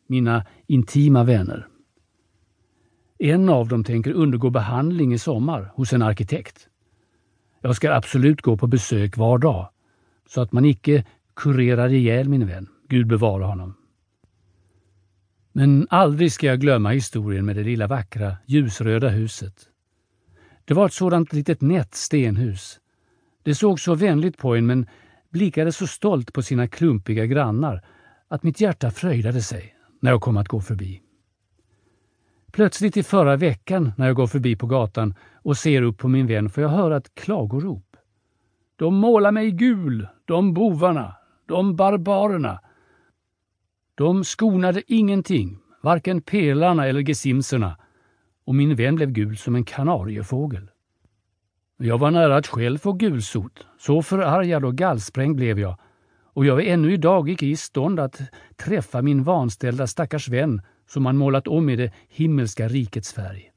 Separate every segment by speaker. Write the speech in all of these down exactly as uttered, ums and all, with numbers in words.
Speaker 1: mina intima vänner. En av dem tänker undergå behandling i sommar hos en arkitekt. Jag ska absolut gå på besök var dag, så att man icke kurerar ihjäl min vän. Gud bevara honom. Men aldrig ska jag glömma historien med det lilla vackra, ljusröda huset. Det var ett sådant litet nätt stenhus. Det såg så vänligt på en, men blickade så stolt på sina klumpiga grannar att mitt hjärta fröjdade sig när jag kom att gå förbi. Plötsligt i förra veckan när jag går förbi på gatan och ser upp på min vän får jag höra ett klagorop. De målar mig gul, de bovarna, de barbarerna. De skonade ingenting, varken pelarna eller gesimserna, och min vän blev gul som en kanariefågel. Jag var nära att själv få gulsot, så förargad och gallsprängd blev jag, och jag är ännu idag icke i stånd att träffa min vanställda stackars vän som man målat om i det himmelska rikets färg.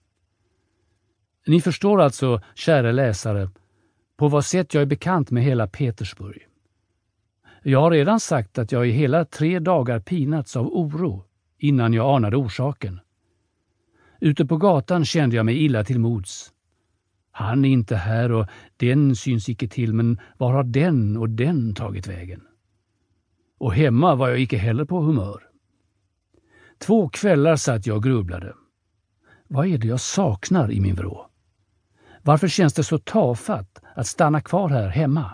Speaker 1: Ni förstår alltså, kära läsare, på vad sätt jag är bekant med hela Petersburg. Jag har redan sagt att jag i hela tre dagar pinats av oro innan jag anade orsaken. Ute på gatan kände jag mig illa till mods. Han är inte här och den syns icke till, men var har den och den tagit vägen? Och hemma var jag icke heller på humör. Två kvällar satt jag och grubblade. Vad är det jag saknar i min vrå? Varför känns det så tafatt att stanna kvar här hemma?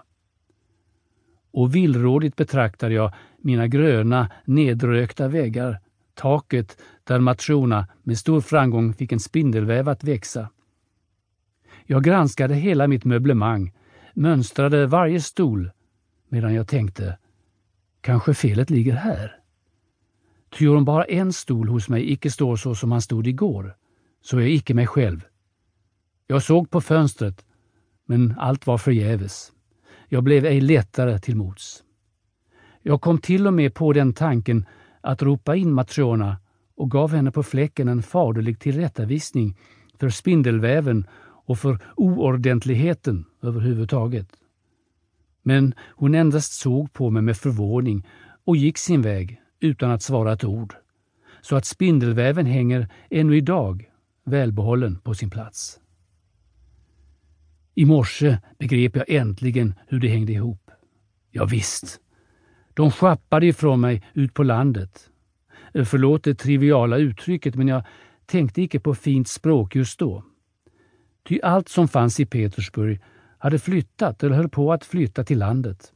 Speaker 1: Och villrådigt betraktade jag mina gröna, nedrökta väggar, taket där Matrona med stor framgång fick en spindelväv att växa. Jag granskade hela mitt möblemang, mönstrade varje stol, medan jag tänkte, kanske felet ligger här. Ty om bara en stol hos mig icke står så som han stod igår, så är jag icke mig själv. Jag såg på fönstret, men allt var förgäves. Jag blev ej lättare till mods. Jag kom till och med på den tanken att ropa in Matrona och gav henne på fläcken en faderlig tillrättavisning för spindelväven och för oordentligheten överhuvudtaget. Men hon endast såg på mig med förvåning och gick sin väg utan att svara ett ord, så att spindelväven hänger ännu idag välbehållen på sin plats. I morse begrep jag äntligen hur det hängde ihop. Ja visst, de schappade ifrån mig ut på landet. Förlåt det triviala uttrycket, men jag tänkte icke på fint språk just då. Ty allt som fanns i Petersburg hade flyttat eller höll på att flytta till landet.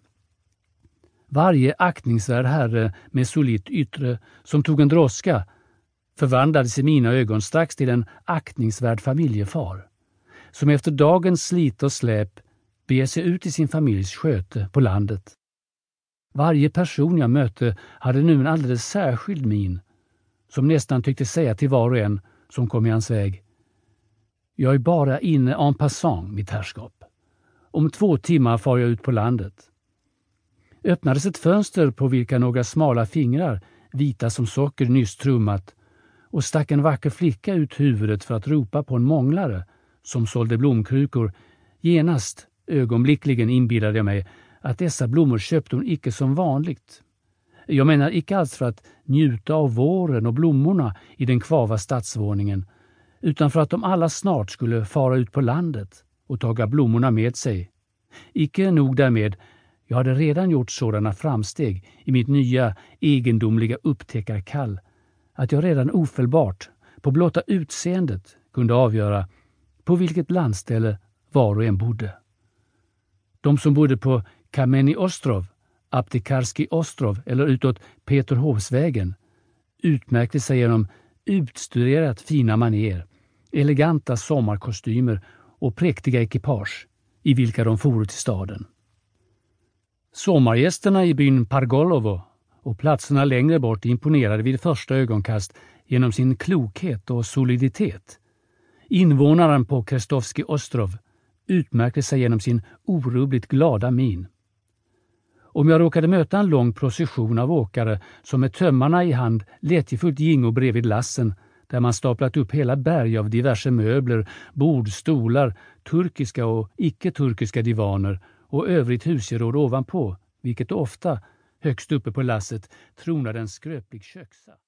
Speaker 1: Varje aktningsvärd herre med solitt yttre som tog en droska förvandlades i mina ögon strax till en aktningsvärd familjefar, som efter dagens slit och släp beger sig ut i sin familjs sköte på landet. Varje person jag mötte hade nu en alldeles särskild min, som nästan tyckte säga till var och en som kom i hans väg: jag är bara inne en passant, mitt herrskap. Om två timmar far jag ut på landet. Öppnades ett fönster på vilka några smala fingrar, vita som socker, nyss trummat, och stack en vacker flicka ut huvudet för att ropa på en månglare som sålde blomkrukor. Genast, ögonblickligen inbillade jag mig att dessa blommor köpte hon icke som vanligt. Jag menar icke alls för att njuta av våren och blommorna i den kvava stadsvåningen, utan för att de alla snart skulle fara ut på landet och taga blommorna med sig. Icke nog därmed, jag hade redan gjort sådana framsteg i mitt nya egendomliga upptäckarkall att jag redan ofelbart på blotta utseendet kunde avgöra på vilket landställe var och en bodde. De som bodde på Kameni Ostrov, Aptekarski Ostrov eller utåt Peterhovsvägen utmärkte sig genom utstuderat fina manér, eleganta sommarkostymer och präktiga ekipage i vilka de for till staden. Sommargästerna i byn Pargolovo och platserna längre bort imponerade vid första ögonkast genom sin klokhet och soliditet. Invånaren på Krestovski Ostrov utmärkte sig genom sin orubbligt glada min. Om jag råkade möta en lång procession av åkare som med tömmarna i hand lättjefullt gingo bredvid lassen, där man staplat upp hela berg av diverse möbler, bord, stolar, turkiska och icke-turkiska divaner och övrigt husgeråd ovanpå, vilket ofta högst uppe på lasset tronade en skröplig köksa.